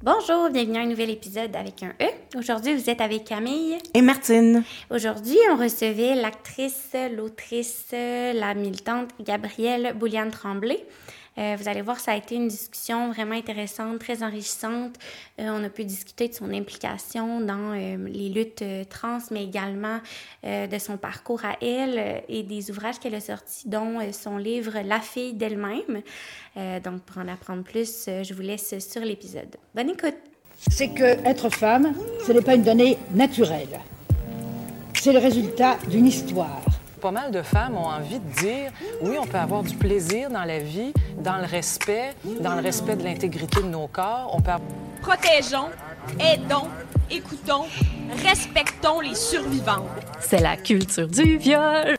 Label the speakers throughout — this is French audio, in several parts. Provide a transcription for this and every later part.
Speaker 1: Bonjour, bienvenue à un nouvel épisode avec un E. Aujourd'hui, vous êtes avec Camille
Speaker 2: et Martine.
Speaker 1: Aujourd'hui, on recevait l'actrice, l'autrice, la militante Gabrielle Bouliane-Tremblay. Vous allez voir, ça a été une discussion vraiment intéressante, très enrichissante. On a pu discuter de son implication dans les luttes trans, mais également de son parcours à elle et des ouvrages qu'elle a sortis, dont son livre « La fille d'elle-même ». Donc, pour en apprendre plus, je vous laisse sur l'épisode. Bonne écoute!
Speaker 3: C'est que être femme, ce n'est pas une donnée naturelle. C'est le résultat d'une histoire.
Speaker 4: Pas mal de femmes ont envie de dire, oui, on peut avoir du plaisir dans la vie, dans le respect de l'intégrité de nos corps. On peut...
Speaker 5: Protégeons, aidons, écoutons, respectons les survivantes.
Speaker 6: C'est la culture du viol.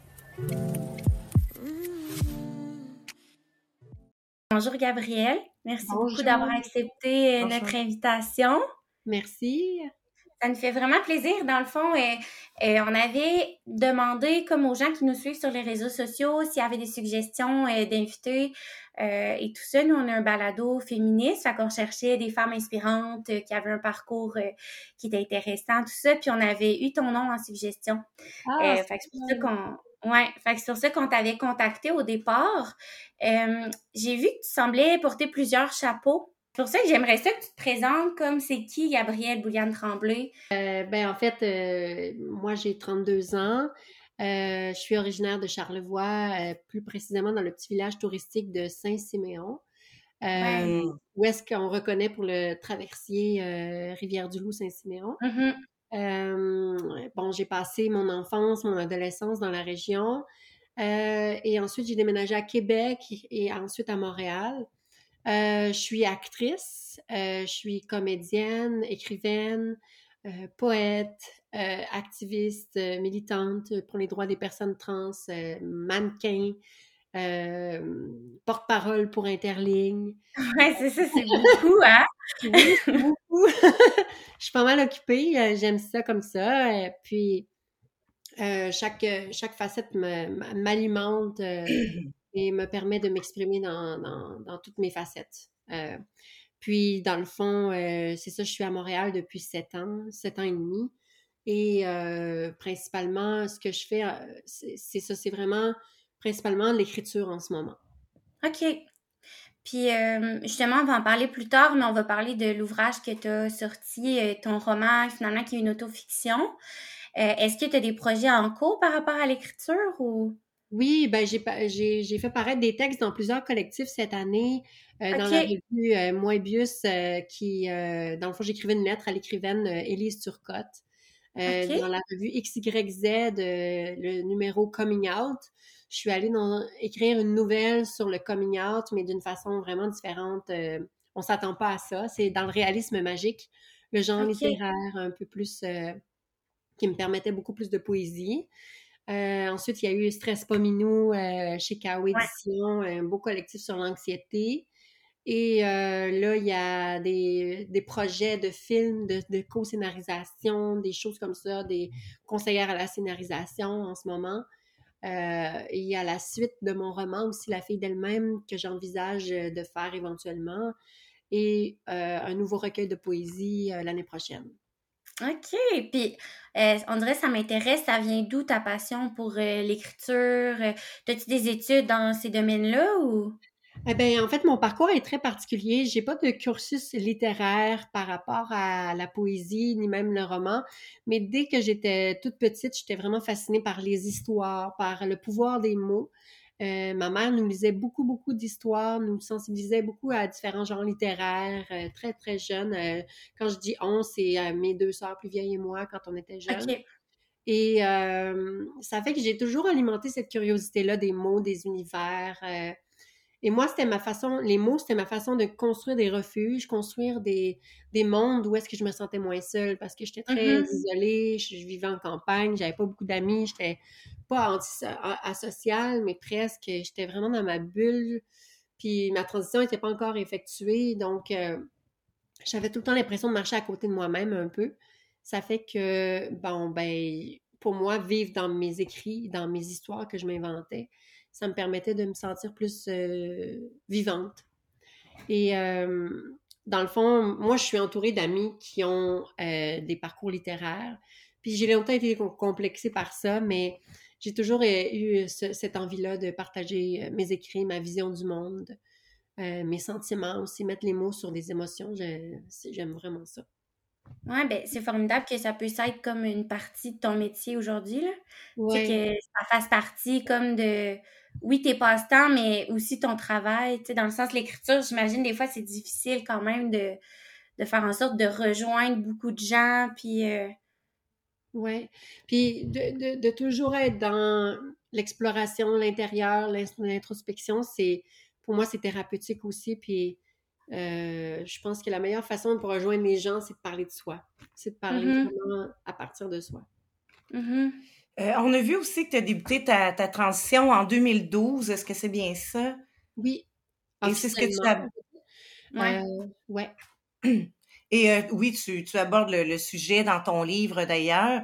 Speaker 1: Bonjour Gabrielle, merci beaucoup d'avoir accepté notre invitation.
Speaker 7: Merci.
Speaker 1: Ça nous fait vraiment plaisir. Dans le fond, on avait demandé, comme aux gens qui nous suivent sur les réseaux sociaux, s'il y avait des suggestions d'invités et tout ça. Nous, on a un balado féministe, fait qu'on cherchait des femmes inspirantes qui avaient un parcours qui était intéressant, tout ça. Puis on avait eu ton nom en suggestion. Fait que c'est pour ça fait que c'est pour ça qu'on t'avait contacté au départ. J'ai vu que tu semblais porter plusieurs chapeaux. C'est pour ça que j'aimerais ça que tu te présentes comme c'est qui Gabrielle Bouliane-Tremblay.
Speaker 7: En fait, moi j'ai 32 ans. Je suis originaire de Charlevoix, plus précisément dans le petit village touristique de Saint-Siméon, où est-ce qu'on reconnaît pour le traversier Rivière-du-Loup-Saint-Siméon.
Speaker 1: Mm-hmm.
Speaker 7: J'ai passé mon enfance, mon adolescence dans la région, et ensuite j'ai déménagé à Québec et ensuite à Montréal. Je suis actrice, je suis comédienne, écrivaine, poète, activiste, militante pour les droits des personnes trans, mannequin, porte-parole pour Interligne.
Speaker 1: Ouais, c'est ça, c'est beaucoup, hein?
Speaker 7: Oui, beaucoup. Je suis pas mal occupée, j'aime ça comme ça. Puis chaque facette m'alimente et me permet de m'exprimer dans toutes mes facettes. Puis, dans le fond, c'est ça, je suis à Montréal depuis 7 ans et demi. Et principalement, ce que je fais, c'est ça, c'est vraiment principalement l'écriture en ce moment.
Speaker 1: OK. Puis, justement, on va en parler plus tard, mais on va parler de l'ouvrage que tu as sorti, ton roman, finalement, qui est une autofiction. Est-ce que tu as des projets en cours par rapport à l'écriture ou...
Speaker 7: Oui, j'ai fait paraître des textes dans plusieurs collectifs cette année, dans la revue Moebius, qui, dans le fond, j'écrivais une lettre à l'écrivaine Élise Turcotte. Dans la revue XYZ, le numéro Coming Out, je suis allée écrire une nouvelle sur le coming out, mais d'une façon vraiment différente. On s'attend pas à ça. C'est dans le réalisme magique, le genre littéraire un peu plus... qui me permettait beaucoup plus de poésie. Ensuite, il y a eu Stress pas minou chez K.O. Édition, un beau collectif sur l'anxiété. Et là, il y a des projets de films, de co-scénarisation, des choses comme ça, des conseillères à la scénarisation en ce moment. Et il y a la suite de mon roman aussi, La fille d'elle-même, que j'envisage de faire éventuellement. Et un nouveau recueil de poésie l'année prochaine.
Speaker 1: OK. Puis, on dirait que ça m'intéresse. Ça vient d'où ta passion pour l'écriture? As-tu des études dans ces domaines-là ou...
Speaker 7: En fait, mon parcours est très particulier. J'ai pas de cursus littéraire par rapport à la poésie, ni même le roman. Mais dès que j'étais toute petite, j'étais vraiment fascinée par les histoires, par le pouvoir des mots. Ma mère nous lisait beaucoup, beaucoup d'histoires, nous sensibilisait beaucoup à différents genres littéraires, très, très jeunes. Quand je dis on, c'est mes 2 sœurs plus vieilles et moi quand on était jeunes.
Speaker 1: OK.
Speaker 7: Et ça fait que j'ai toujours alimenté cette curiosité-là des mots, des univers. Et moi, les mots, c'était ma façon de construire des refuges, construire des mondes où est-ce que je me sentais moins seule parce que j'étais très isolée, je vivais en campagne, j'avais pas beaucoup d'amis, j'étais pas asociale, mais presque, j'étais vraiment dans ma bulle, puis ma transition n'était pas encore effectuée, donc j'avais tout le temps l'impression de marcher à côté de moi-même un peu. Ça fait que, pour moi, vivre dans mes écrits, dans mes histoires que je m'inventais, ça me permettait de me sentir plus vivante. Et dans le fond, moi, je suis entourée d'amis qui ont des parcours littéraires. Puis j'ai longtemps été complexée par ça, mais j'ai toujours eu cette envie-là de partager mes écrits, ma vision du monde, mes sentiments aussi, mettre les mots sur des émotions. J'aime vraiment ça.
Speaker 1: Ouais, ben c'est formidable que ça puisse être comme une partie de ton métier aujourd'hui, là. Tu sais,
Speaker 7: Ouais.
Speaker 1: que ça fasse partie comme de, oui, tes passe-temps, mais aussi ton travail, tu sais, dans le sens de l'écriture, j'imagine des fois c'est difficile quand même de faire en sorte de rejoindre beaucoup de gens, puis
Speaker 7: Ouais. Puis de toujours être dans l'exploration, l'intérieur, l'introspection, pour moi, c'est thérapeutique aussi. Puis je pense que la meilleure façon pour rejoindre les gens, c'est de parler de soi. C'est de parler
Speaker 1: mhm,
Speaker 7: vraiment à partir de soi.
Speaker 1: mhm.
Speaker 2: On a vu aussi que tu as débuté ta transition en 2012. Est-ce que c'est bien ça?
Speaker 7: Oui,
Speaker 2: Et c'est ce que tu
Speaker 7: officiellement.
Speaker 2: as...
Speaker 7: Ouais.
Speaker 2: Et oui, tu abordes le sujet dans ton livre d'ailleurs.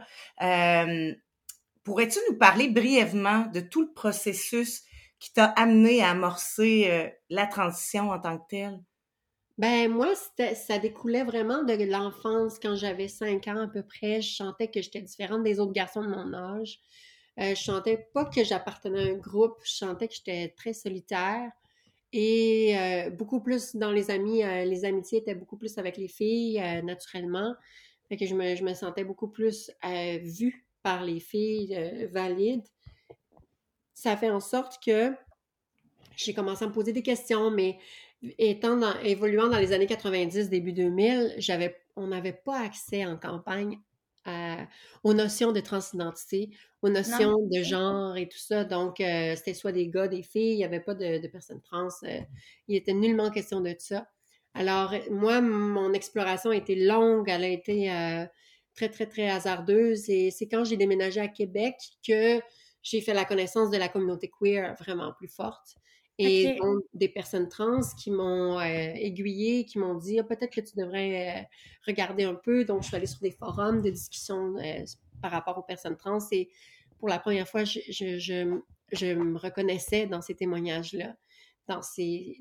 Speaker 2: Pourrais-tu nous parler brièvement de tout le processus qui t'a amené à amorcer la transition en tant que telle?
Speaker 7: Ben moi, ça découlait vraiment de l'enfance. Quand j'avais 5 ans à peu près, je sentais que j'étais différente des autres garçons de mon âge. Je sentais pas que j'appartenais à un groupe, je sentais que j'étais très solitaire. Et beaucoup plus dans les amis, les amitiés étaient beaucoup plus avec les filles, naturellement. Fait que je me sentais beaucoup plus vue par les filles valides. Ça fait en sorte que j'ai commencé à me poser des questions, mais évoluant dans les années 90, début 2000, on n'avait pas accès en campagne aux notions de transidentité, aux notions
Speaker 1: Non.
Speaker 7: de genre et tout ça. Donc, c'était soit des gars, des filles, il n'y avait pas de personnes trans. Il était nullement question de ça. Alors, moi, mon exploration a été longue, elle a été très, très, très hasardeuse. Et c'est quand j'ai déménagé à Québec que j'ai fait la connaissance de la communauté queer vraiment plus forte. Et
Speaker 1: OK.
Speaker 7: donc, des personnes trans qui m'ont aiguillée, qui m'ont dit peut-être que tu devrais regarder un peu. Donc, je suis allée sur des forums de discussion par rapport aux personnes trans. Et pour la première fois, je me reconnaissais dans ces témoignages-là, dans ces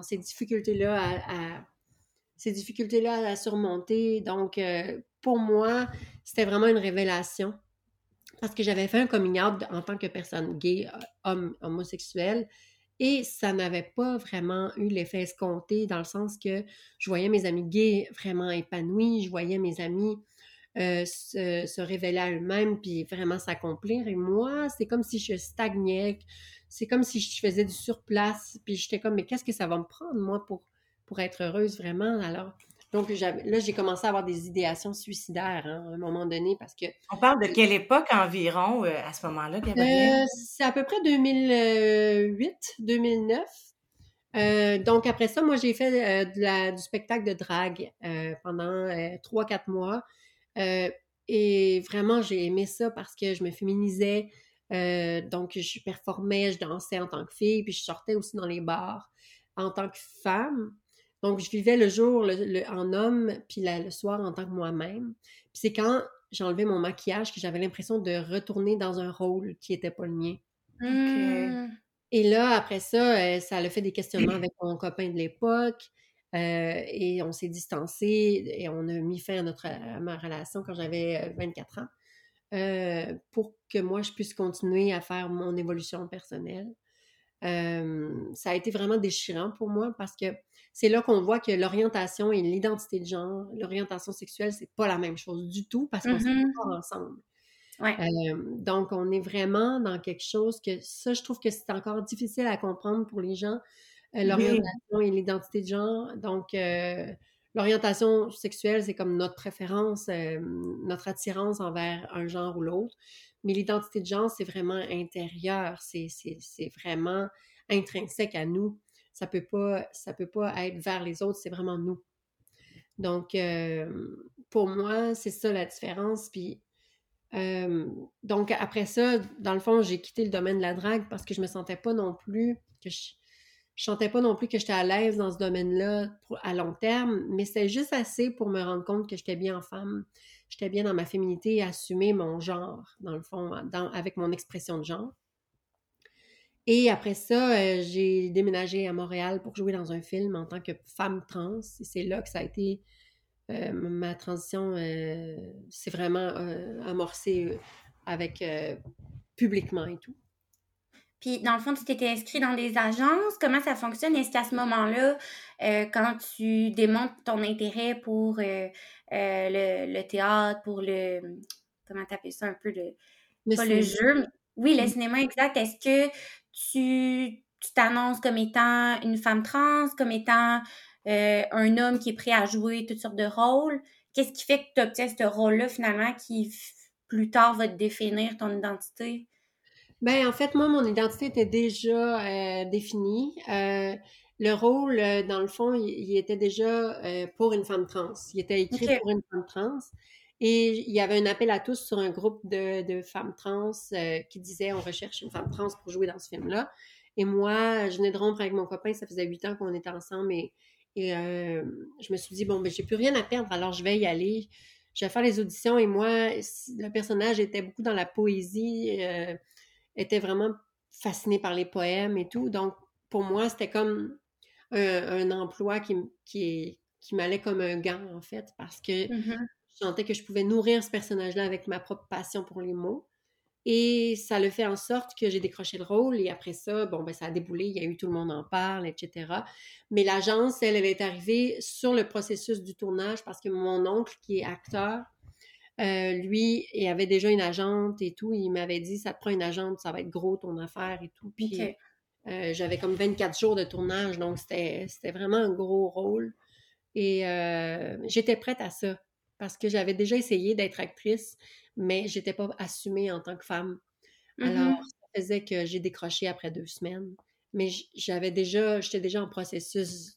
Speaker 7: difficultés-là à surmonter. Donc, pour moi, c'était vraiment une révélation parce que j'avais fait un coming out en tant que personne gay, homme, homosexuelle. Et ça n'avait pas vraiment eu l'effet escompté dans le sens que je voyais mes amis gays vraiment épanouis, je voyais mes amis se révéler à eux-mêmes puis vraiment s'accomplir. Et moi, c'est comme si je stagnais, c'est comme si je faisais du surplace. Puis j'étais comme, mais qu'est-ce que ça va me prendre, moi, pour être heureuse vraiment? Alors, donc là, j'ai commencé à avoir des idéations suicidaires à un moment donné parce que...
Speaker 2: On parle de quelle époque environ à ce moment-là, Gabrielle?
Speaker 7: C'est à peu près 2008, 2009. Donc après ça, moi j'ai fait du spectacle de drague pendant 3-4 mois. Et vraiment, j'ai aimé ça parce que je me féminisais. Donc je performais, je dansais en tant que fille, puis je sortais aussi dans les bars en tant que femme. Donc je vivais le jour en homme, puis le soir en tant que moi-même. Puis c'est quand j'ai enlevé mon maquillage que j'avais l'impression de retourner dans un rôle qui n'était pas le mien.
Speaker 1: Hmm.
Speaker 7: Et là, après ça, ça a fait des questionnements avec mon copain de l'époque. Et on s'est distancés et on a mis fin à ma relation quand j'avais 24 ans pour que moi, je puisse continuer à faire mon évolution personnelle. Ça a été vraiment déchirant pour moi parce que c'est là qu'on voit que l'orientation et l'identité de genre, l'orientation sexuelle, c'est pas la même chose du tout parce qu'on se
Speaker 1: Mhm.
Speaker 7: pas ensemble.
Speaker 1: Ouais.
Speaker 7: Donc, on est vraiment dans quelque chose que ça, je trouve que c'est encore difficile à comprendre pour les gens,
Speaker 2: Oui.
Speaker 7: l'orientation et l'identité de genre. Donc, l'orientation sexuelle, c'est comme notre préférence, notre attirance envers un genre ou l'autre. Mais l'identité de genre, c'est vraiment intérieur, c'est vraiment intrinsèque à nous. Ça peut pas être vers les autres, c'est vraiment nous. Donc, pour moi, c'est ça la différence. Puis, donc, après ça, dans le fond, j'ai quitté le domaine de la drague parce que je me sentais pas non plus que je sentais pas non plus que j'étais à l'aise dans ce domaine-là à long terme, mais c'était juste assez pour me rendre compte que j'étais bien en femme, j'étais bien dans ma féminité et assumer mon genre, dans le fond, avec mon expression de genre. Et après ça, j'ai déménagé à Montréal pour jouer dans un film en tant que femme trans. Et c'est là que ça a été ma transition. C'est vraiment amorcé avec publiquement et tout.
Speaker 1: Puis, dans le fond, tu t'étais inscrit dans des agences. Comment ça fonctionne? Est-ce qu'à ce moment-là, quand tu démontres ton intérêt pour le théâtre, pour le... Comment t'appelles ça un peu? Pas le jeu. Oui, le cinéma, exact. Est-ce que tu t'annonces comme étant une femme trans, comme étant un homme qui est prêt à jouer toutes sortes de rôles? Qu'est-ce qui fait que tu obtiens ce rôle-là, finalement, qui plus tard va te définir ton identité?
Speaker 7: Ben, en fait, moi, mon identité était déjà définie. Le rôle, dans le fond, il était déjà pour une femme trans. Il était écrit pour une femme trans. Et il y avait un appel à tous sur un groupe de femmes trans qui disait on recherche une femme trans pour jouer dans ce film-là. Et moi, je venais de rompre avec mon copain, ça faisait 8 ans qu'on était ensemble et je me suis dit bon, ben j'ai plus rien à perdre, alors je vais y aller. Je vais faire les auditions et moi, le personnage était beaucoup dans la poésie, était vraiment fasciné par les poèmes et tout. Donc, pour moi, c'était comme un emploi qui m'allait comme un gant, en fait, parce que je sentais que je pouvais nourrir ce personnage-là avec ma propre passion pour les mots. Et ça le fait en sorte que j'ai décroché le rôle et après ça, bon, ben ça a déboulé, il y a eu Tout le monde en parle, etc. Mais l'agence, elle est arrivée sur le processus du tournage parce que mon oncle, qui est acteur, lui, il avait déjà une agente et tout. Il m'avait dit, ça te prend une agente, ça va être gros ton affaire et tout. Puis j'avais comme 24 jours de tournage, donc c'était vraiment un gros rôle. Et j'étais prête à ça parce que j'avais déjà essayé d'être actrice, mais j'étais pas assumée en tant que femme. Alors, ça faisait que j'ai décroché après 2 semaines. Mais j'étais déjà en processus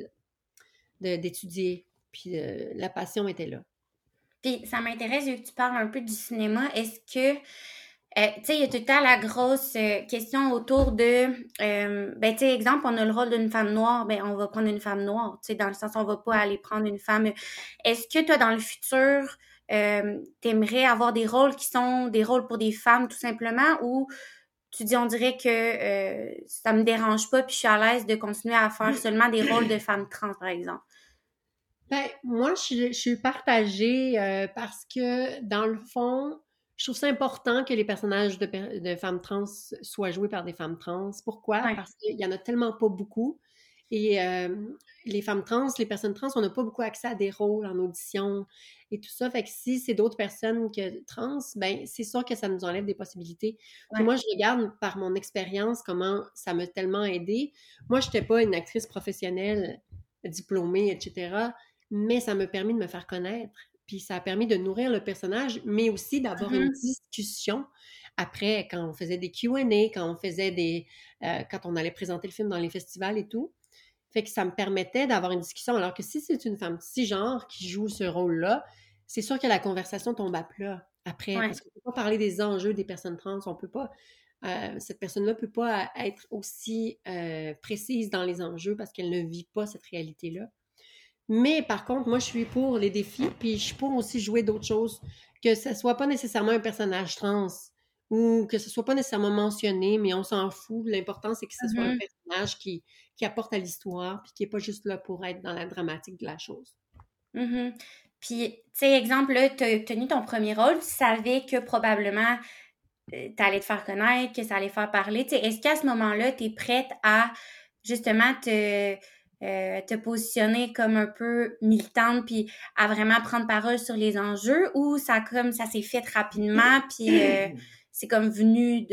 Speaker 7: d'étudier. Puis la passion était là.
Speaker 1: Puis ça m'intéresse, vu que tu parles un peu du cinéma, est-ce que, tu sais, il y a tout le temps la grosse question autour de, ben, tu sais, exemple, on a le rôle d'une femme noire, ben, on va prendre une femme noire, tu sais, dans le sens, on va pas aller prendre une femme. Est-ce que toi, dans le futur, t'aimerais avoir des rôles qui sont des rôles pour des femmes, tout simplement, ou tu dis, on dirait que ça me dérange pas, puis je suis à l'aise de continuer à faire seulement des rôles de femmes trans, par exemple?
Speaker 7: Ben, moi, je suis partagée parce que, dans le fond, je trouve ça important que les personnages de femmes trans soient joués par des femmes trans. Pourquoi?
Speaker 1: Ouais.
Speaker 7: Parce qu'il y en a tellement pas beaucoup. Et les femmes trans, les personnes trans, on n'a pas beaucoup accès à des rôles en audition et tout ça. Fait que si c'est d'autres personnes que trans, ben c'est sûr que ça nous enlève des possibilités. Puis moi, je regarde par mon expérience comment ça m'a tellement aidée. Moi, je n'étais pas une actrice professionnelle diplômée, etc., mais ça m'a permis de me faire connaître. Puis ça a permis de nourrir le personnage, mais aussi d'avoir une discussion après, quand on faisait des Q&A, quand on faisait quand on allait présenter le film dans les festivals et tout. Fait que ça me permettait d'avoir une discussion. Alors que si c'est une femme cisgenre qui joue ce rôle-là, c'est sûr que la conversation tombe à plat après. Parce qu'on ne peut pas parler des enjeux des personnes trans. On peut pas... cette personne-là ne peut pas être aussi précise dans les enjeux parce qu'elle ne vit pas cette réalité-là. Mais par contre, moi, je suis pour les défis, puis je suis pour aussi jouer d'autres choses, que ce soit pas nécessairement un personnage trans ou que ce soit pas nécessairement mentionné, mais on s'en fout. L'important, c'est que ce soit un personnage qui apporte à l'histoire, puis qui est pas juste là pour être dans la dramatique de la chose.
Speaker 1: Puis, tu sais, exemple, là, tu as tenu ton premier rôle, tu savais que probablement tu allais te faire connaître, que ça allait faire parler. Tu sais, est-ce qu'à ce moment-là, tu es prête à justement te positionner comme un peu militante puis à vraiment prendre parole sur les enjeux, ou ça s'est fait rapidement puis c'est comme venu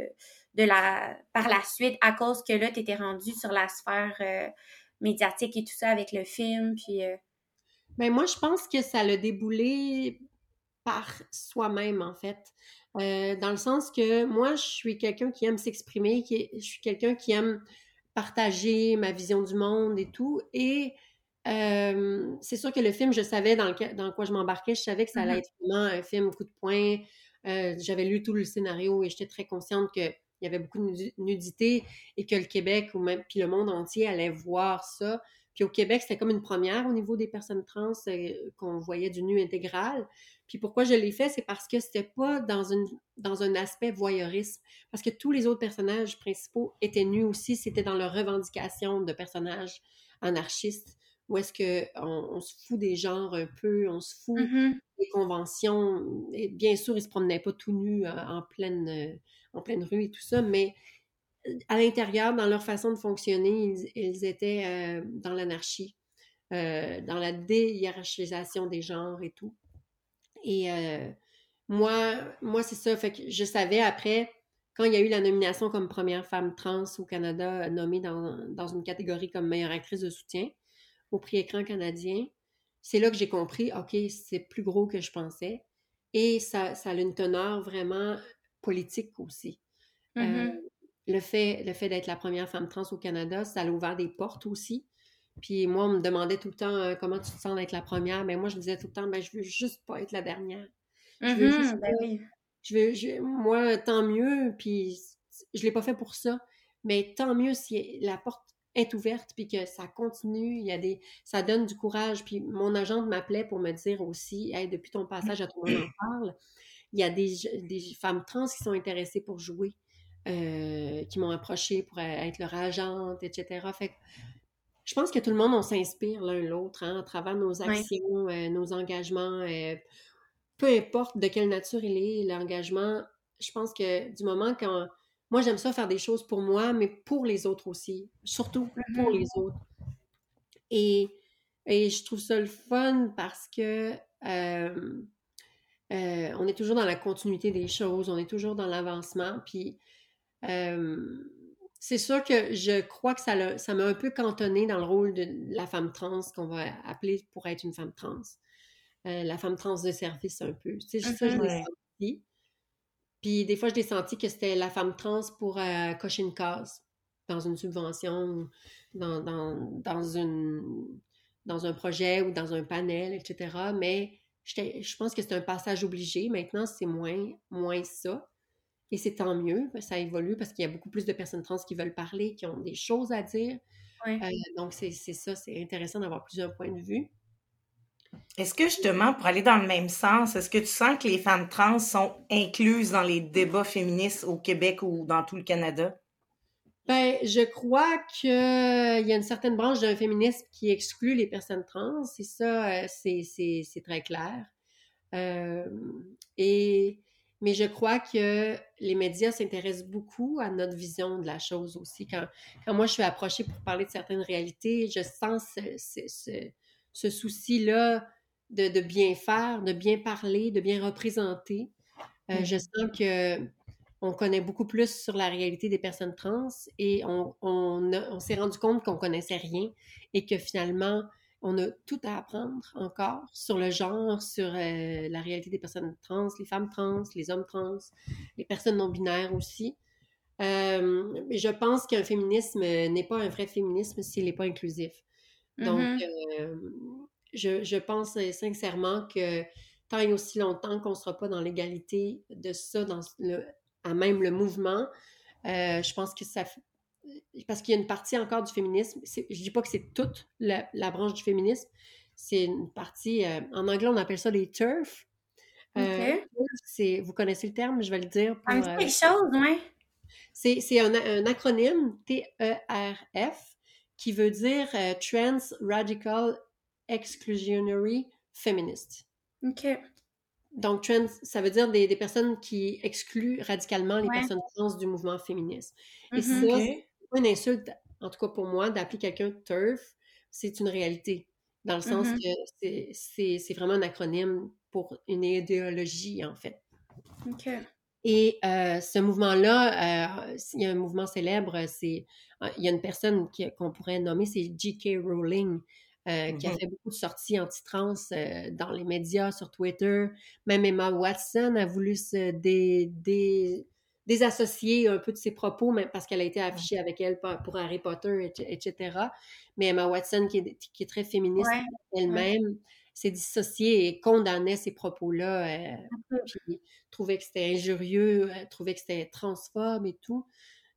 Speaker 1: par la suite à cause que là t'étais rendue sur la sphère médiatique et tout ça avec le film puis
Speaker 7: Ben moi je pense que ça l'a déboulé par soi-même en fait, dans le sens que moi je suis quelqu'un qui aime s'exprimer, je suis quelqu'un qui aime partager ma vision du monde et tout. Et c'est sûr que le film, je savais dans quoi je m'embarquais. Je savais que ça allait être vraiment un film coup de poing. J'avais lu tout le scénario et j'étais très consciente qu'il y avait beaucoup de nudité et que le Québec ou même puis le monde entier allait voir ça. Puis au Québec, c'était comme une première au niveau des personnes trans qu'on voyait du nu intégral. Puis pourquoi je l'ai fait, c'est parce que c'était pas dans un aspect voyeurisme. Parce que tous les autres personnages principaux étaient nus aussi. C'était dans leur revendication de personnages anarchistes. Où est-ce qu'on se fout des genres un peu, on se fout des conventions. Et bien sûr, ils se promenaient pas tout nus en pleine rue et tout ça, mais à l'intérieur, dans leur façon de fonctionner, ils étaient dans l'anarchie, dans la déhiérarchisation des genres et tout. Et moi, c'est ça. Fait que je savais après, quand il y a eu la nomination comme première femme trans au Canada, nommée dans une catégorie comme meilleure actrice de soutien au prix Écran canadien, c'est là que j'ai compris, OK, c'est plus gros que je pensais. Et ça a une teneur vraiment politique aussi. Le fait d'être la première femme trans au Canada, ça a ouvert des portes aussi. Puis moi, on me demandait tout le temps comment tu te sens d'être la première. Mais moi, je disais tout le temps, je veux juste pas être la dernière. Je veux juste moi, tant mieux. Puis je l'ai pas fait pour ça. Mais tant mieux si la porte est ouverte puis que ça continue. Ça donne du courage. Puis mon agente m'appelait pour me dire aussi, hey, depuis ton passage à Tout le monde en parle, il y a des femmes trans qui sont intéressées pour jouer. Qui m'ont approché pour être leur agente, etc. Fait que je pense que tout le monde, on s'inspire l'un l'autre à travers nos actions, nos engagements. Peu importe de quelle nature il est, l'engagement, je pense que du moment quand... Moi, j'aime ça faire des choses pour moi, mais pour les autres aussi. Surtout pour les autres. Et je trouve ça le fun parce que on est toujours dans la continuité des choses, on est toujours dans l'avancement, puis c'est sûr que je crois que ça m'a un peu cantonnée dans le rôle de la femme trans qu'on va appeler pour être une femme trans. La femme trans de service un peu. Tu sais, ça, je l'ai senti. Puis des fois, je l'ai senti que c'était la femme trans pour cocher une case dans une subvention, dans un projet ou dans un panel, etc. Mais je pense que c'est un passage obligé. Maintenant, c'est moins ça. Et c'est tant mieux, ça évolue parce qu'il y a beaucoup plus de personnes trans qui veulent parler, qui ont des choses à dire. Donc, c'est ça, c'est intéressant d'avoir plusieurs points de vue.
Speaker 2: Est-ce que justement, pour aller dans le même sens, est-ce que tu sens que les femmes trans sont incluses dans les débats féministes au Québec ou dans tout le Canada?
Speaker 7: Ben, je crois qu'il y a une certaine branche d'un féminisme qui exclut les personnes trans, et ça, c'est très clair. Mais je crois que les médias s'intéressent beaucoup à notre vision de la chose aussi. Quand moi, je suis approchée pour parler de certaines réalités, je sens ce souci-là de bien faire, de bien parler, de bien représenter. Je sens qu'on connaît beaucoup plus sur la réalité des personnes trans et on s'est rendu compte qu'on connaissait rien et que finalement, on a tout à apprendre encore sur le genre, sur la réalité des personnes trans, les femmes trans, les hommes trans, les personnes non-binaires aussi. Je pense qu'un féminisme n'est pas un vrai féminisme s'il n'est pas inclusif. Donc, je pense sincèrement que tant et aussi longtemps qu'on ne sera pas dans l'égalité de ça, à même le mouvement, je pense que ça... Parce qu'il y a une partie encore du féminisme, je dis pas que c'est toute la branche du féminisme, c'est une partie, en anglais on appelle ça les TERF. Vous connaissez le terme, je vais le dire.
Speaker 1: Pour, quelque chose, oui.
Speaker 7: C'est un acronyme, TERF, qui veut dire Trans Radical Exclusionary Feminist.
Speaker 1: OK.
Speaker 7: Donc, trans, ça veut dire des personnes qui excluent radicalement les personnes trans du mouvement féministe. Et ça, c'est pas une insulte, en tout cas pour moi, d'appeler quelqu'un TERF, c'est une réalité. Dans le sens que c'est vraiment un acronyme pour une idéologie, en fait.
Speaker 1: OK.
Speaker 7: Et ce mouvement-là, il y a un mouvement célèbre, il y a une personne qu'on pourrait nommer, c'est J.K. Rowling, qui a fait beaucoup de sorties anti-trans dans les médias, sur Twitter. Même Emma Watson a voulu se désassocier un peu de ses propos, même parce qu'elle a été affichée avec elle pour Harry Potter, etc. Mais Emma Watson, qui est très féministe elle-même, s'est dissociée et condamnait ces propos-là, puis trouvait que c'était injurieux, trouvait que c'était transphobe et tout.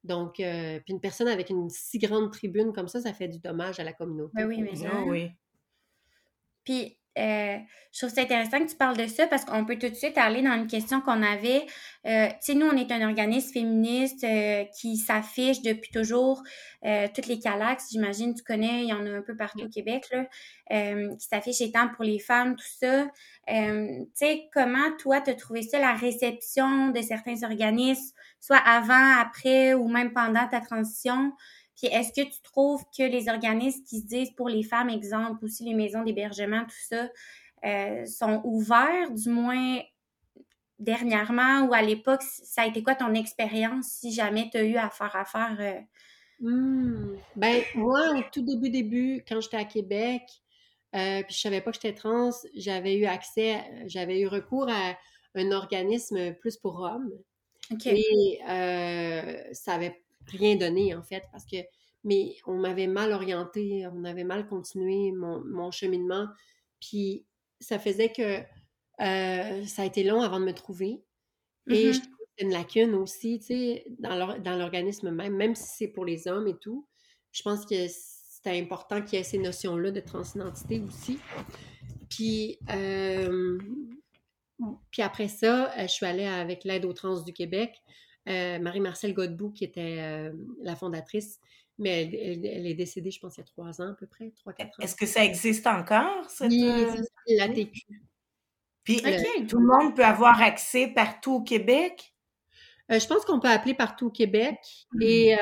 Speaker 7: Donc, puis une personne avec une si grande tribune comme ça fait du dommage à la communauté.
Speaker 1: Ben oui, mais ça.
Speaker 2: Oui.
Speaker 1: Puis, je trouve ça intéressant que tu parles de ça parce qu'on peut tout de suite aller dans une question qu'on avait. Tu sais, nous, on est un organisme féministe qui s'affiche depuis toujours. Toutes les Calax, j'imagine, tu connais, il y en a un peu partout au Québec, là, qui s'affichent étant pour les femmes, tout ça. Tu sais, comment, toi, t'as trouvé ça, la réception de certains organismes, soit avant, après ou même pendant ta transition? Puis est-ce que tu trouves que les organismes qui se disent pour les femmes, exemple, aussi les maisons d'hébergement, tout ça, sont ouverts, du moins dernièrement ou à l'époque? Ça a été quoi ton expérience si jamais tu as eu à faire?
Speaker 7: Ben, moi, au tout début, quand j'étais à Québec, puis je savais pas que j'étais trans, j'avais eu recours à un organisme plus pour hommes.
Speaker 1: OK.
Speaker 7: Et ça avait rien donné, en fait, mais on m'avait mal orientée, on avait mal continué mon cheminement, puis ça faisait que ça a été long avant de me trouver. Et je trouve que c'est une lacune aussi, tu sais, dans l'organisme même si c'est pour les hommes et tout. Je pense que c'était important qu'il y ait ces notions-là de transidentité aussi. Puis après ça, je suis allée avec l'Aide aux trans du Québec, Marie-Marcelle Godbout, qui était la fondatrice, mais elle est décédée, je pense, il y a 3 ans à peu près, 3-4 ans.
Speaker 2: Est-ce que ça existe encore, cette...
Speaker 7: Oui, c'est l'ATQ.
Speaker 2: Puis, tout le monde peut avoir accès partout au Québec?
Speaker 7: Je pense qu'on peut appeler partout au Québec. Et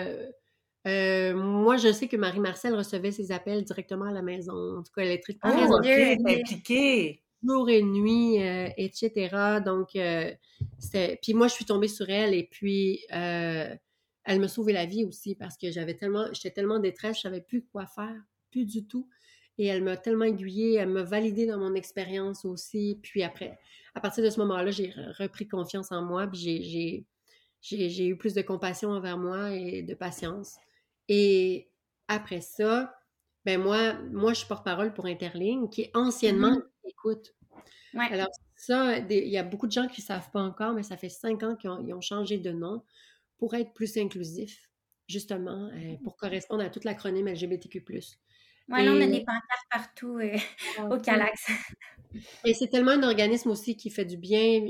Speaker 7: moi, je sais que Marie-Marcelle recevait ses appels directement à la maison. En tout cas, elle est très
Speaker 2: OK, t'es impliquée.
Speaker 7: Jour et nuit, etc. Donc, puis moi, je suis tombée sur elle et puis elle m'a sauvé la vie aussi parce que j'étais tellement en détresse, je savais plus quoi faire, plus du tout. Et elle m'a tellement aiguillée, elle m'a validée dans mon expérience aussi. Puis après, à partir de ce moment-là, j'ai repris confiance en moi, puis j'ai eu plus de compassion envers moi et de patience. Et après ça, ben moi je suis porte-parole pour Interligne, qui est anciennement Écoute.
Speaker 1: Ouais.
Speaker 7: Alors ça, il y a beaucoup de gens qui ne savent pas encore, mais ça fait 5 ans qu'ils ont changé de nom pour être plus inclusif, justement, pour correspondre à toute l'acronyme LGBTQ+.
Speaker 1: Ouais, là, on a des pancartes partout au Calax.
Speaker 7: Et c'est tellement un organisme aussi qui fait du bien.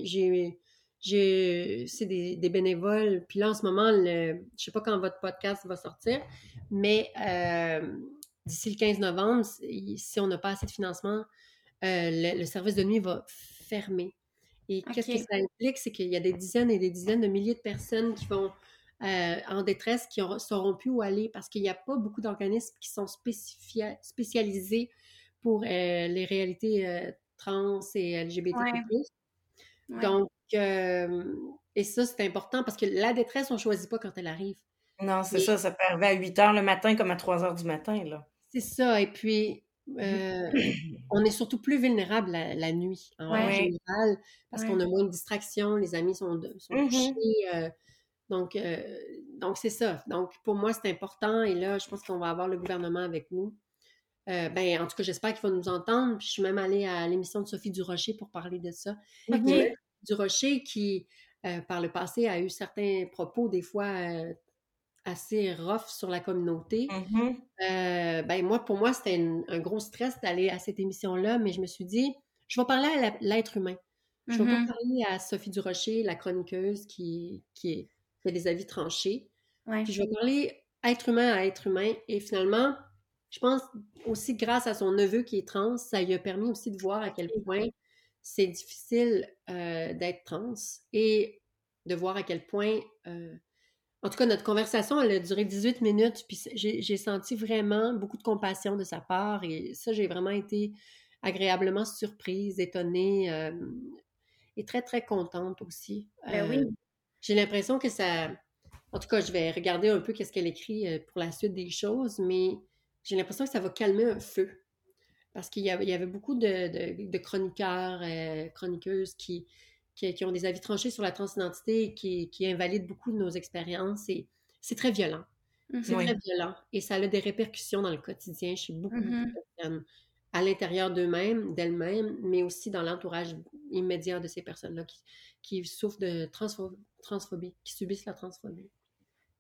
Speaker 7: C'est des bénévoles. Puis là, en ce moment, je ne sais pas quand votre podcast va sortir, mais d'ici le 15 novembre, si on n'a pas assez de financement, le service de nuit va fermer. Et qu'est-ce que ça implique? C'est qu'il y a des dizaines et des dizaines de milliers de personnes qui vont en détresse, qui ne sauront plus où aller parce qu'il n'y a pas beaucoup d'organismes qui sont spécialisés pour les réalités trans et LGBTQ+. Ouais. Donc, et ça, c'est important parce que la détresse, on ne choisit pas quand elle arrive.
Speaker 2: Non, c'est ça peut arriver à 8 h le matin comme à 3 h du matin, là.
Speaker 7: C'est ça, et puis on est surtout plus vulnérable la nuit, en général, parce qu'on a moins de distractions, les amis sont couchés, donc c'est ça. Donc, pour moi, c'est important, et là, je pense qu'on va avoir le gouvernement avec nous. En tout cas, j'espère qu'il va nous entendre. Je suis même allée à l'émission de Sophie Durocher pour parler de ça. Sophie Durocher qui, par le passé, a eu certains propos, des fois assez rough sur la communauté. Pour moi, c'était un gros stress d'aller à cette émission-là, mais je me suis dit, je vais parler à l'être humain. Je vais pas parler à Sophie Durocher, la chroniqueuse qui a des avis tranchés. Ouais. Puis je vais parler être humain à être humain. Et finalement, je pense aussi grâce à son neveu qui est trans, ça lui a permis aussi de voir à quel point c'est difficile d'être trans et de voir à quel point... En tout cas, notre conversation, elle a duré 18 minutes, puis j'ai senti vraiment beaucoup de compassion de sa part, et ça, j'ai vraiment été agréablement surprise, étonnée, et très, très contente aussi.
Speaker 1: Oui.
Speaker 7: J'ai l'impression que ça... En tout cas, je vais regarder un peu qu'est-ce qu'elle écrit pour la suite des choses, mais j'ai l'impression que ça va calmer un feu. Parce qu'il y avait beaucoup de chroniqueurs, chroniqueuses qui ont des avis tranchés sur la transidentité et qui invalident beaucoup de nos expériences. Et c'est très violent. C'est très violent. Et ça a des répercussions dans le quotidien chez beaucoup de personnes, à l'intérieur d'elles-mêmes, mais aussi dans l'entourage immédiat de ces personnes-là qui souffrent de transphobie, qui subissent la transphobie.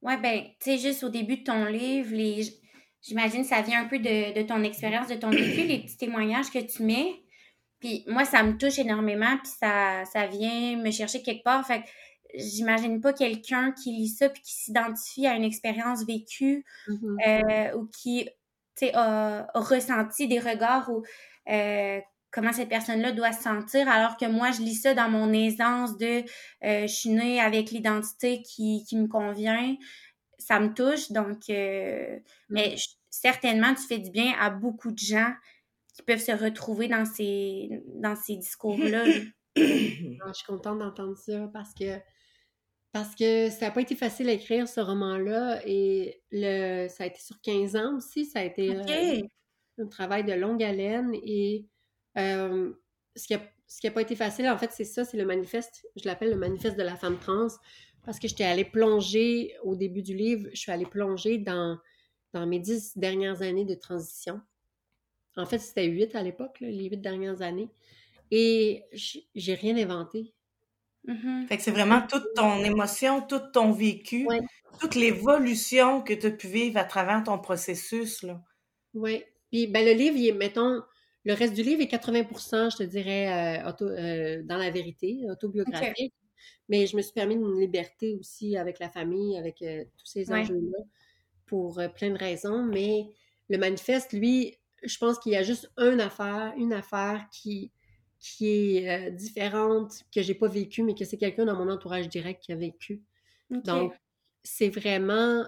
Speaker 1: Ouais, ben, tu sais, juste au début de ton livre, j'imagine que ça vient un peu de ton expérience, de ton vécu, les petits témoignages que tu mets. Puis moi, ça me touche énormément, puis ça vient me chercher quelque part. Fait que j'imagine pas quelqu'un qui lit ça puis qui s'identifie à une expérience vécue ou qui, tu sais, a ressenti des regards ou comment cette personne-là doit se sentir, alors que moi, je lis ça dans mon aisance de je suis née avec l'identité qui me convient. Ça me touche, donc mais certainement, tu fais du bien à beaucoup de gens qui peuvent se retrouver dans ces discours-là.
Speaker 7: Je suis contente d'entendre ça parce que ça n'a pas été facile à écrire, ce roman-là, et ça a été sur 15 ans aussi, ça a été un travail de longue haleine, et ce qui a pas été facile, en fait, c'est ça, c'est le manifeste, je l'appelle le manifeste de la femme trans, parce que j'étais allée plonger, au début du livre, je suis allée plonger dans mes 10 dernières années de transition. En fait, c'était 8 à l'époque, là, les 8 dernières années, et j'ai rien inventé.
Speaker 2: Fait que c'est vraiment toute ton émotion, tout ton vécu, toute l'évolution que tu as pu vivre à travers ton processus, là.
Speaker 7: Oui. Puis, ben, le livre, mettons, le reste du livre est 80%, je te dirais, dans la vérité, autobiographique. Okay. Mais je me suis permis une liberté aussi avec la famille, avec tous ces enjeux-là, pour plein de raisons. Mais le manifeste, lui, je pense qu'il y a juste une affaire qui est différente, que j'ai pas vécue, mais que c'est quelqu'un dans mon entourage direct qui a vécu. Okay. Donc, c'est vraiment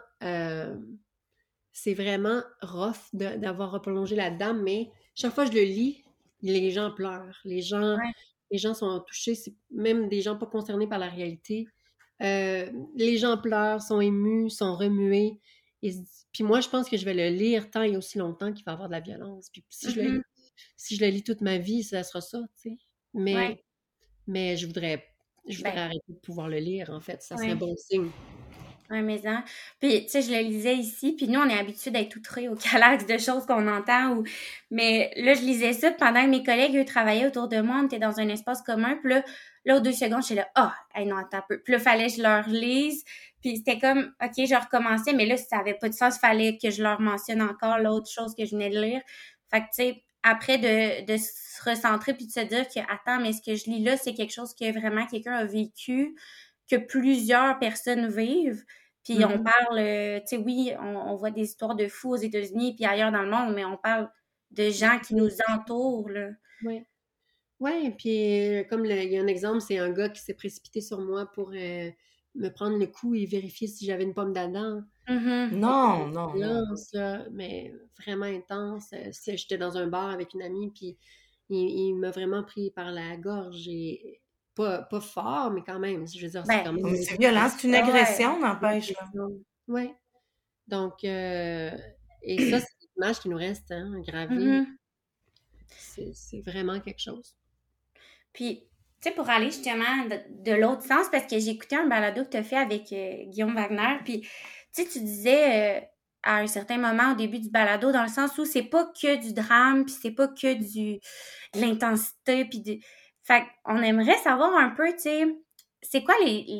Speaker 7: rough d'avoir replongé là-dedans, mais chaque fois que je le lis, les gens pleurent. Les gens sont touchés, c'est même des gens pas concernés par la réalité. Les gens pleurent, sont émus, sont remués. Puis moi, je pense que je vais le lire tant et aussi longtemps qu'il va y avoir de la violence. Puis si je le lis toute ma vie, ça sera ça, tu sais. Mais je voudrais arrêter de pouvoir le lire, en fait. Ça serait bon signe.
Speaker 1: Oui, mais ça. Puis, tu sais, je le lisais ici, puis nous, on est habitués d'être outrés au calax de choses qu'on entend. Mais là, je lisais ça pendant que mes collègues, eux, travaillaient autour de moi. On était dans un espace commun. Puis là, aux 2 secondes, j'étais là, non, attends un peu. Puis là, fallait que je leur lise. Puis c'était comme, OK, je recommençais, mais là, ça avait pas de sens. Fallait que je leur mentionne encore l'autre chose que je venais de lire. Fait que, tu sais, après de se recentrer puis de se dire que, attends, mais ce que je lis là, c'est quelque chose que vraiment quelqu'un a vécu, que plusieurs personnes vivent. Puis on parle, tu sais, oui, on voit des histoires de fous aux États-Unis puis ailleurs dans le monde, mais on parle de gens qui nous entourent, là.
Speaker 7: Oui. Oui, puis comme il y a un exemple, c'est un gars qui s'est précipité sur moi pour me prendre le coup et vérifier si j'avais une pomme d'Adam.
Speaker 2: Non.
Speaker 7: Là, mais vraiment intense. J'étais dans un bar avec une amie, puis il m'a vraiment pris par la gorge et... Pas fort, mais quand même, je veux dire, c'est quand même...
Speaker 2: C'est violent, c'est une agression, n'empêche.
Speaker 7: Oui. Donc, et ça, c'est l'image qui nous reste, hein, gravée. C'est vraiment quelque chose.
Speaker 1: Puis, tu sais, pour aller justement de l'autre sens, parce que j'ai écouté un balado que tu as fait avec Guillaume Wagner, puis, tu sais, tu disais à un certain moment au début du balado, dans le sens où c'est pas que du drame, puis c'est pas que de l'intensité, puis Fait qu'on aimerait savoir un peu, tu sais, c'est quoi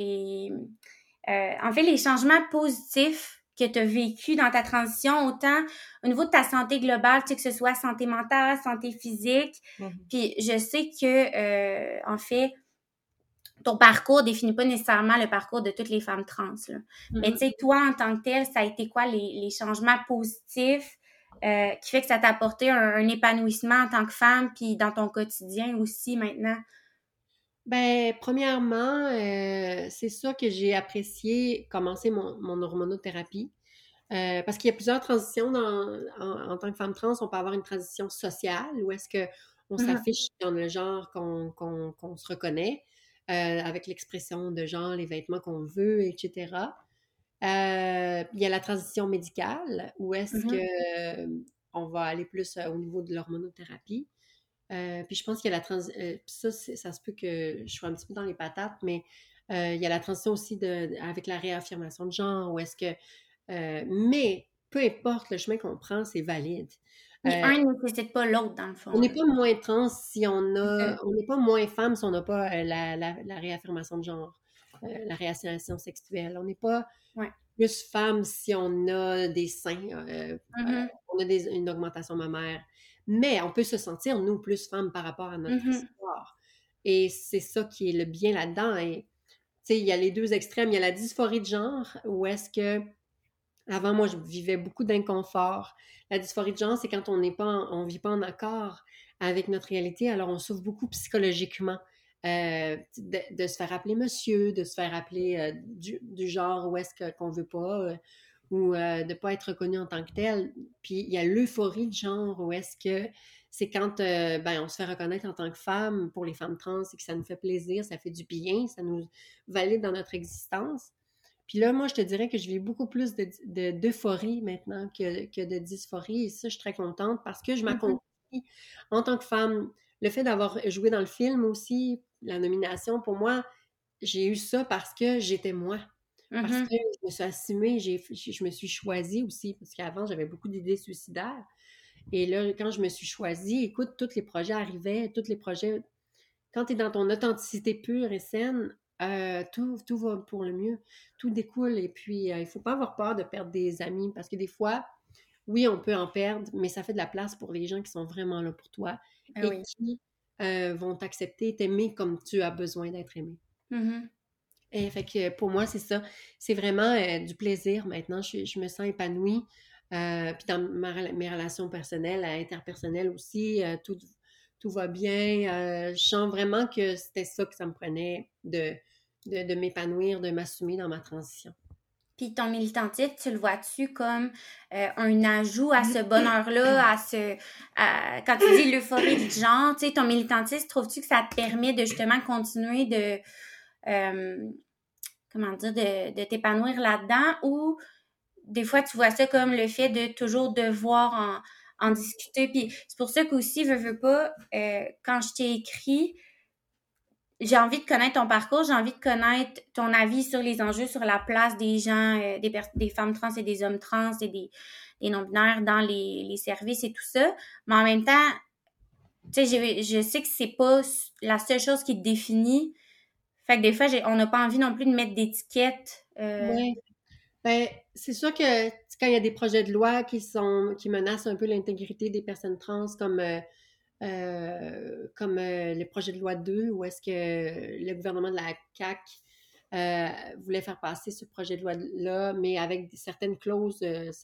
Speaker 1: en fait, les changements positifs que tu as vécu dans ta transition, autant au niveau de ta santé globale, tu sais, que ce soit santé mentale, santé physique. Puis je sais que, en fait, ton parcours définit pas nécessairement le parcours de toutes les femmes trans, là. Mais tu sais, toi, en tant que telle, ça a été quoi les changements positifs qui fait que ça t'a apporté un épanouissement en tant que femme, puis dans ton quotidien aussi maintenant?
Speaker 7: Ben, premièrement, c'est sûr que j'ai apprécié commencer mon hormonothérapie. Parce qu'il y a plusieurs transitions en tant que femme trans. On peut avoir une transition sociale où est-ce qu'on s'affiche dans le genre qu'on se reconnaît, avec l'expression de genre, les vêtements qu'on veut, etc. Il y a la transition médicale où est-ce que on va aller plus au niveau de l'hormonothérapie. Puis je pense qu'il y a ça se peut que je sois un petit peu dans les patates, mais il y a la transition aussi avec la réaffirmation de genre, où est-ce que... mais peu importe le chemin qu'on prend, c'est valide.
Speaker 1: Mais un ne nécessite pas l'autre, dans le fond.
Speaker 7: On n'est pas moins trans si on a... On n'est pas moins femme si on n'a pas la réaffirmation de genre, la réassignation sexuelle. On n'est pas... plus femme si on a des seins, on a une augmentation mammaire. Mais on peut se sentir, nous, plus femme par rapport à notre histoire. Et c'est ça qui est le bien là-dedans. Et, tu sais, il y a les deux extrêmes. Il y a la dysphorie de genre, où est-ce que, avant, moi, je vivais beaucoup d'inconfort. La dysphorie de genre, c'est quand on vit pas en accord avec notre réalité, alors on souffre beaucoup psychologiquement. De se faire appeler monsieur, de se faire appeler du genre où est-ce qu'on veut pas, ou de ne pas être reconnu en tant que tel. Puis il y a l'euphorie de genre où est-ce que c'est quand on se fait reconnaître en tant que femme pour les femmes trans et que ça nous fait plaisir, ça fait du bien, ça nous valide dans notre existence. Puis là, moi, je te dirais que je vis beaucoup plus d'euphorie maintenant que de dysphorie. Et ça, je suis très contente parce que je m'accomplis en tant que femme. Le fait d'avoir joué dans le film aussi, la nomination, pour moi, j'ai eu ça parce que j'étais moi. Parce que je me suis assumée, je me suis choisie aussi, parce qu'avant, j'avais beaucoup d'idées suicidaires. Et là, quand je me suis choisie, écoute, tous les projets arrivaient, quand tu es dans ton authenticité pure et saine, tout va pour le mieux, tout découle. Et puis, il ne faut pas avoir peur de perdre des amis, parce que des fois, oui, on peut en perdre, mais ça fait de la place pour les gens qui sont vraiment là pour toi qui vont t'accepter, t'aimer comme tu as besoin d'être aimé. Et fait que pour moi, c'est ça. C'est vraiment du plaisir maintenant. Je me sens épanouie. Puis dans mes relations personnelles, interpersonnelles aussi, tout va bien. Je sens vraiment que c'était ça que ça me prenait de m'épanouir, de m'assumer dans ma transition.
Speaker 1: Puis ton militantisme, tu le vois-tu comme un ajout à ce bonheur-là, quand tu dis l'euphorie du genre, tu sais, ton militantisme, trouves-tu que ça te permet de justement continuer de t'épanouir là-dedans, ou des fois tu vois ça comme le fait de toujours devoir en discuter? Puis c'est pour ça qu'aussi, veux pas, quand je t'ai écrit, j'ai envie de connaître ton parcours, j'ai envie de connaître ton avis sur les enjeux, sur la place des gens, des femmes trans et des hommes trans et des non-binaires dans les services et tout ça. Mais en même temps, tu sais, je sais que c'est pas la seule chose qui te définit. Fait que des fois, on n'a pas envie non plus de mettre d'étiquette.
Speaker 7: Oui. Ben, c'est sûr que quand il y a des projets de loi qui menacent un peu l'intégrité des personnes trans, comme le projet de loi 2, où est-ce que le gouvernement de la CAQ voulait faire passer ce projet de loi-là, mais avec certaines clauses,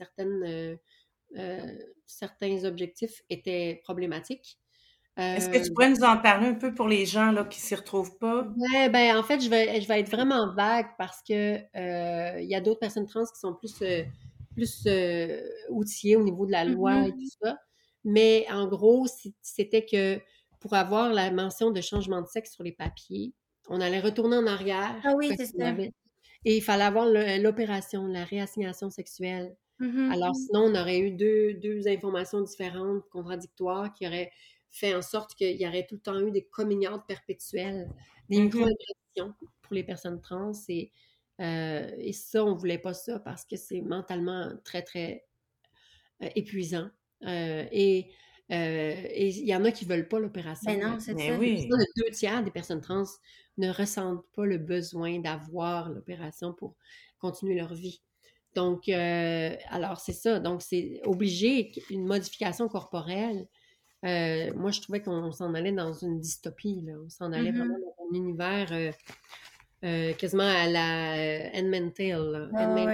Speaker 7: certains objectifs étaient problématiques.
Speaker 2: Est-ce que tu pourrais nous en parler un peu pour les gens là, qui ne s'y retrouvent pas?
Speaker 7: Ouais, ben en fait, je vais être vraiment vague parce que il y a d'autres personnes trans qui sont plus outillées au niveau de la loi et tout ça. Mais en gros, c'était que pour avoir la mention de changement de sexe sur les papiers, on allait retourner en arrière.
Speaker 1: Ah oui, c'est ça.
Speaker 7: Et il fallait avoir l'opération, la réassignation sexuelle. Alors sinon, on aurait eu deux informations différentes, contradictoires, qui auraient fait en sorte qu'il y aurait tout le temps eu des communiantes perpétuelles, des micro-agressions pour les personnes trans. Et ça, on ne voulait pas ça parce que c'est mentalement très, très épuisant. Et il y en a qui ne veulent pas l'opération.
Speaker 1: Ben non, c'est ça.
Speaker 2: Oui.
Speaker 7: Le 2/3 des personnes trans ne ressentent pas le besoin d'avoir l'opération pour continuer leur vie. Donc, alors c'est ça. Donc, c'est obligé, une modification corporelle. Moi, je trouvais qu'on s'en allait dans une dystopie. Là. On s'en allait vraiment dans un univers quasiment à la Handmaid's Tale.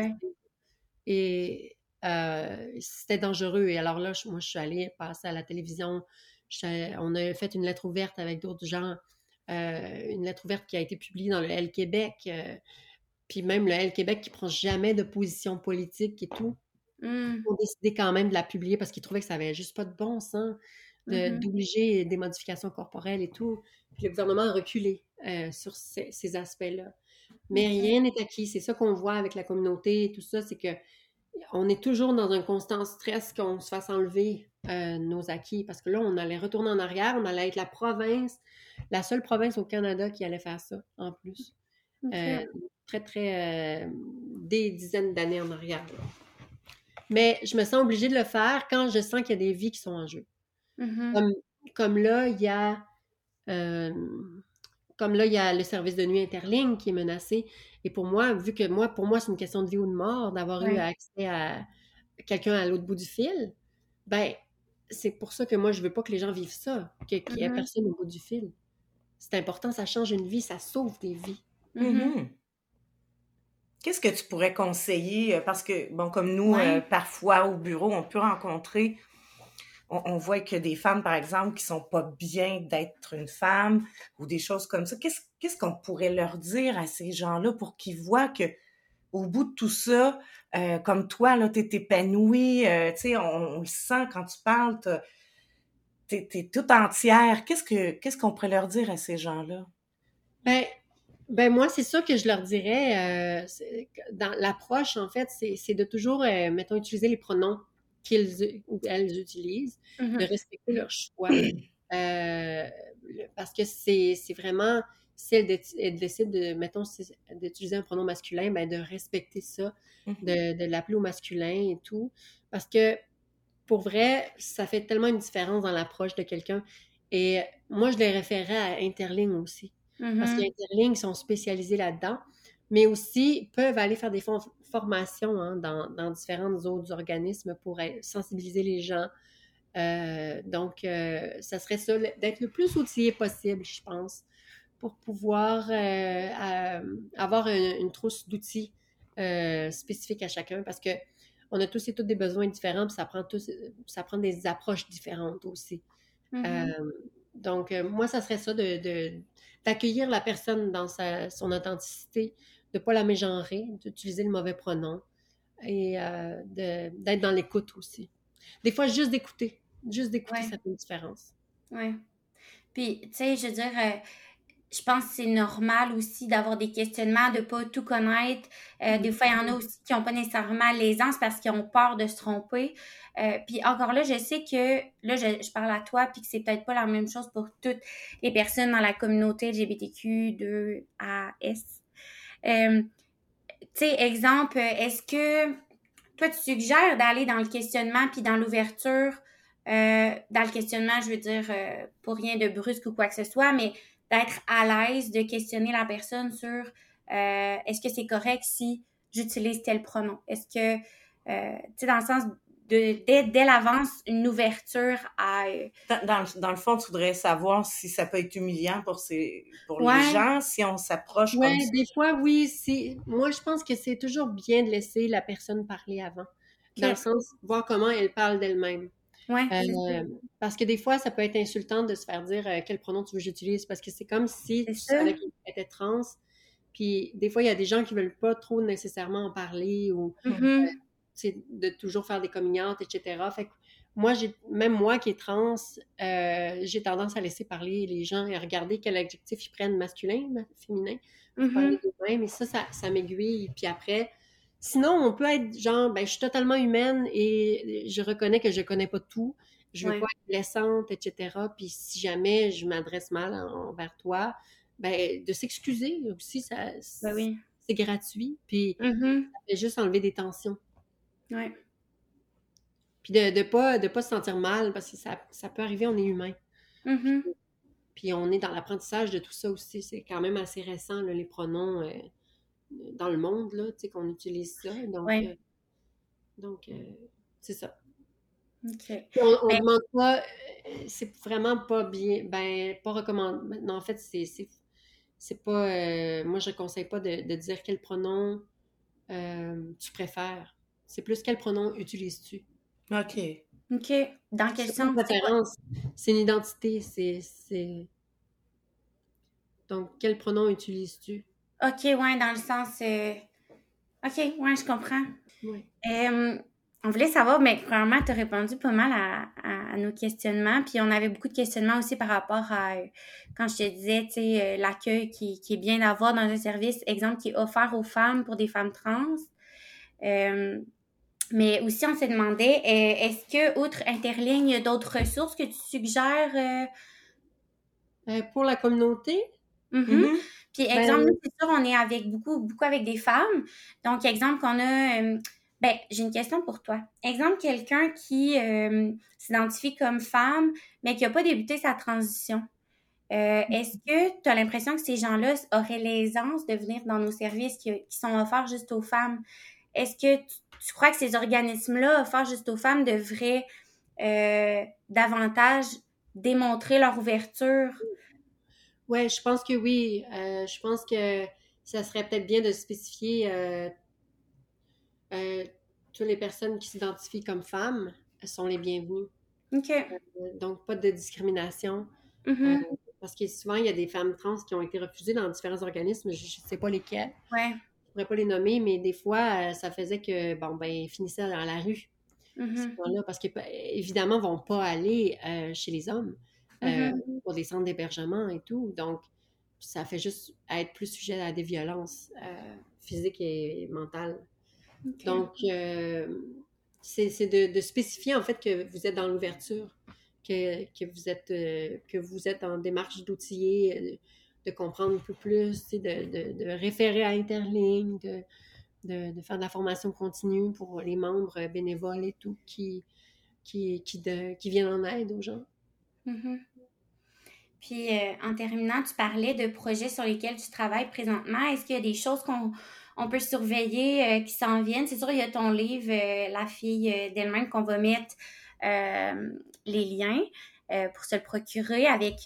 Speaker 7: Et c'était dangereux. Et alors là, moi, je suis allée passer à la télévision. On a fait une lettre ouverte avec d'autres gens. Une lettre ouverte qui a été publiée dans le Elle Québec. Puis même le Elle Québec qui prend jamais de position politique et tout. Ils ont décidé quand même de la publier parce qu'ils trouvaient que ça avait juste pas de bon sens d'obliger des modifications corporelles et tout. Puis le gouvernement a reculé sur ces aspects-là. Mais rien n'est acquis. C'est ça qu'on voit avec la communauté et tout ça, c'est que on est toujours dans un constant stress qu'on se fasse enlever nos acquis. Parce que là, on allait retourner en arrière, on allait être la seule province au Canada qui allait faire ça, en plus. Très, très... des dizaines d'années en arrière. Là. Mais je me sens obligée de le faire quand je sens qu'il y a des vies qui sont en jeu. Comme là, il y a comme là, il y a le service de nuit Interligne qui est menacé. Et pour moi, pour moi, c'est une question de vie ou de mort d'avoir eu accès à quelqu'un à l'autre bout du fil, ben, c'est pour ça que moi, je veux pas que les gens vivent ça, qu'il y ait personne au bout du fil. C'est important, ça change une vie, ça sauve des vies.
Speaker 2: Qu'est-ce que tu pourrais conseiller? Parce que, bon, comme nous, parfois au bureau, on peut rencontrer, on voit que des femmes, par exemple, qui sont pas bien d'être une femme ou des choses comme ça. Qu'est-ce qu'on pourrait leur dire à ces gens-là pour qu'ils voient que au bout de tout ça, comme toi, là, t'es épanouie, tu sais, on le sent quand tu parles, t'es toute entière. Qu'est-ce qu'on pourrait leur dire à ces gens-là?
Speaker 7: Ben moi, c'est sûr que je leur dirais, dans l'approche, en fait, c'est de toujours, mettons, utiliser les pronoms qu'ils ou elles utilisent, de respecter leur choix. Parce que c'est vraiment, si elles décident de, mettons, d'utiliser un pronom masculin, ben de respecter ça, de l'appeler au masculin et tout. Parce que, pour vrai, ça fait tellement une différence dans l'approche de quelqu'un. Et moi, je les référais à Interligne aussi. Parce qu'Interligne sont spécialisés là-dedans, mais aussi peuvent aller faire des formations hein, dans différents autres organismes pour sensibiliser les gens. Donc, ça serait ça, d'être le plus outillé possible, je pense, pour pouvoir avoir une trousse d'outils spécifiques à chacun, parce que on a tous et toutes des besoins différents, puis ça prend des approches différentes aussi. Donc, moi, ça serait ça, d'accueillir la personne dans son authenticité, de ne pas la mégenrer, d'utiliser le mauvais pronom et d'être dans l'écoute aussi. Des fois, juste d'écouter, ça fait une différence.
Speaker 1: Oui. Puis, tu sais, je veux dire, je pense que c'est normal aussi d'avoir des questionnements, de ne pas tout connaître. Des fois, il y en a aussi qui n'ont pas nécessairement l'aisance parce qu'ils ont peur de se tromper. Puis encore là, je sais que, là, je parle à toi, puis que c'est peut-être pas la même chose pour toutes les personnes dans la communauté LGBTQ2AS. Tu sais, exemple, est-ce que toi, tu suggères d'aller dans le questionnement puis dans l'ouverture? Dans le questionnement, je veux dire, pas rien de brusque ou quoi que ce soit, mais d'être à l'aise de questionner la personne sur est-ce que c'est correct si j'utilise tel pronom? Est-ce que, tu sais, dans le sens dès l'avance, une ouverture à...
Speaker 2: Dans le fond, tu voudrais savoir si ça peut être humiliant pour les gens, si on s'approche comme ça.
Speaker 7: Des fois, oui. Moi, je pense que c'est toujours bien de laisser la personne parler avant. Dans le sens, voir comment elle parle d'elle-même. Parce que des fois, ça peut être insultant de se faire dire quel pronom tu veux que j'utilise, parce que c'est comme si tu savais qu'elle était trans. Puis des fois, il y a des gens qui veulent pas trop nécessairement en parler ou de toujours faire des coming out, etc. Fait que même moi qui est trans, j'ai tendance à laisser parler les gens et à regarder quel adjectif ils prennent, masculin, féminin, pour parler d'eux-mêmes. Et ça m'aiguille. Puis après, sinon, on peut être genre, je suis totalement humaine et je reconnais que je connais pas tout. Je veux pas être blessante, etc. Puis si jamais je m'adresse mal envers toi, de s'excuser aussi, c'est gratuit. Puis ça fait juste enlever des tensions.
Speaker 1: Oui.
Speaker 7: Puis de pas se sentir mal, parce que ça peut arriver, on est humain. Puis on est dans l'apprentissage de tout ça aussi. C'est quand même assez récent, là, les pronoms dans le monde, là, tu sais, qu'on utilise ça. Donc, c'est ça.
Speaker 1: Okay.
Speaker 7: On demande pas, c'est vraiment pas bien, pas recommandé. Non, en fait, c'est pas, moi, je ne conseille pas de dire quel pronom tu préfères. C'est plus quel pronom utilises-tu.
Speaker 2: OK.
Speaker 1: Dans quel sens?
Speaker 7: C'est une identité. Donc, quel pronom utilises-tu?
Speaker 1: OK, ouais, dans le sens... OK, ouais, je comprends.
Speaker 7: Oui.
Speaker 1: On voulait savoir, mais premièrement, tu as répondu pas mal à nos questionnements. Puis on avait beaucoup de questionnements aussi par rapport à, quand je te disais, tu sais, l'accueil qui est bien d'avoir dans un service, exemple, qui est offert aux femmes pour des femmes trans. Mais aussi, on se demandait, est-ce que, outre Interligne, il y a d'autres ressources que tu suggères?
Speaker 7: Pour la communauté?
Speaker 1: Puis, exemple, nous, c'est sûr, on est avec beaucoup avec des femmes. Donc, exemple, qu'on a... j'ai une question pour toi. Exemple, quelqu'un qui s'identifie comme femme, mais qui n'a pas débuté sa transition. Est-ce que tu as l'impression que ces gens-là auraient l'aisance de venir dans nos services qui sont offerts juste aux femmes? Est-ce que tu crois que ces organismes-là offerts juste aux femmes devraient davantage démontrer leur ouverture?
Speaker 7: Oui, je pense que oui. Je pense que ça serait peut-être bien de spécifier toutes les personnes qui s'identifient comme femmes sont les bienvenues.
Speaker 1: OK.
Speaker 7: Donc, pas de discrimination.
Speaker 1: Mm-hmm.
Speaker 7: Parce que souvent, il y a des femmes trans qui ont été refusées dans différents organismes. Je ne sais pas lesquels.
Speaker 1: Ouais.
Speaker 7: Je ne pourrais pas les nommer, mais des fois, ça faisait que, ils finissaient dans la rue.
Speaker 1: Mm-hmm.
Speaker 7: Parce qu'évidemment, ils ne vont pas aller chez les hommes pour des centres d'hébergement et tout. Donc, ça fait juste être plus sujet à des violences physiques et mentales. Okay. Donc, c'est de spécifier en fait que vous êtes dans l'ouverture, que vous êtes en démarche d'outiller, de comprendre un peu plus, de référer à Interligne, de faire de la formation continue pour les membres bénévoles et tout qui viennent en aide aux gens.
Speaker 1: Mm-hmm. Puis, en terminant, tu parlais de projets sur lesquels tu travailles présentement. Est-ce qu'il y a des choses qu'on peut surveiller qui s'en viennent? C'est sûr, il y a ton livre, La fille d'elle-même, qu'on va mettre les liens pour se le procurer avec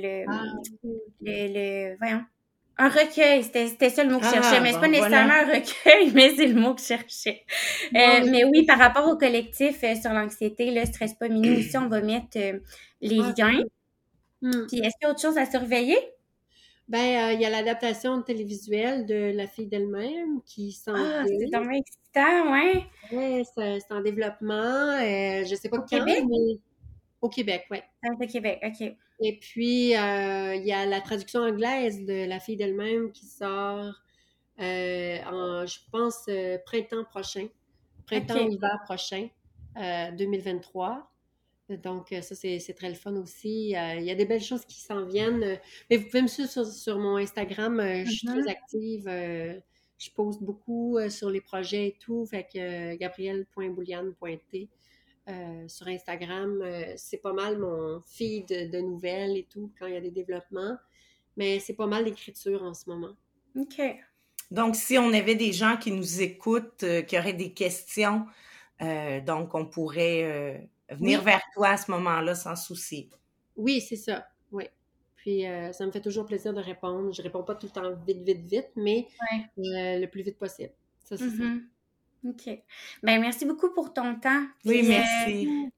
Speaker 1: voyons, un recueil. C'était ça le mot que je cherchais. Mais c'est pas nécessairement un recueil, mais c'est le mot que je cherchais. Mais oui, par rapport au collectif sur l'anxiété, le Stress Pas Minou aussi, on va mettre les liens. Puis, est-ce qu'il y a autre chose à surveiller?
Speaker 7: Il y a l'adaptation télévisuelle de La fille d'elle-même qui s'en vient.
Speaker 1: C'est vraiment excitant, ouais.
Speaker 7: Oui, c'est en développement. Je sais pas
Speaker 1: au Québec?
Speaker 7: Mais au Québec, oui.
Speaker 1: Au Québec, OK.
Speaker 7: Et puis, il y a la traduction anglaise de La fille d'elle-même qui sort je pense, printemps prochain. Printemps-hiver prochain, 2023. Donc, ça, c'est très le fun aussi. Il y a des belles choses qui s'en viennent. Mais vous pouvez me suivre sur mon Instagram. Je suis très active. Je poste beaucoup sur les projets et tout. Fait que gabrielle.bouliane.t sur Instagram, c'est pas mal mon feed de nouvelles et tout quand il y a des développements. Mais c'est pas mal l'écriture en ce moment.
Speaker 1: OK.
Speaker 2: Donc, si on avait des gens qui nous écoutent, qui auraient des questions, donc on pourrait... venir vers toi à ce moment-là sans souci.
Speaker 7: Oui, c'est ça. Oui. Puis, ça me fait toujours plaisir de répondre. Je réponds pas tout le temps vite, mais le plus vite possible. Ça, c'est ça.
Speaker 1: OK. Ben merci beaucoup pour ton temps.
Speaker 2: Puis, oui, merci.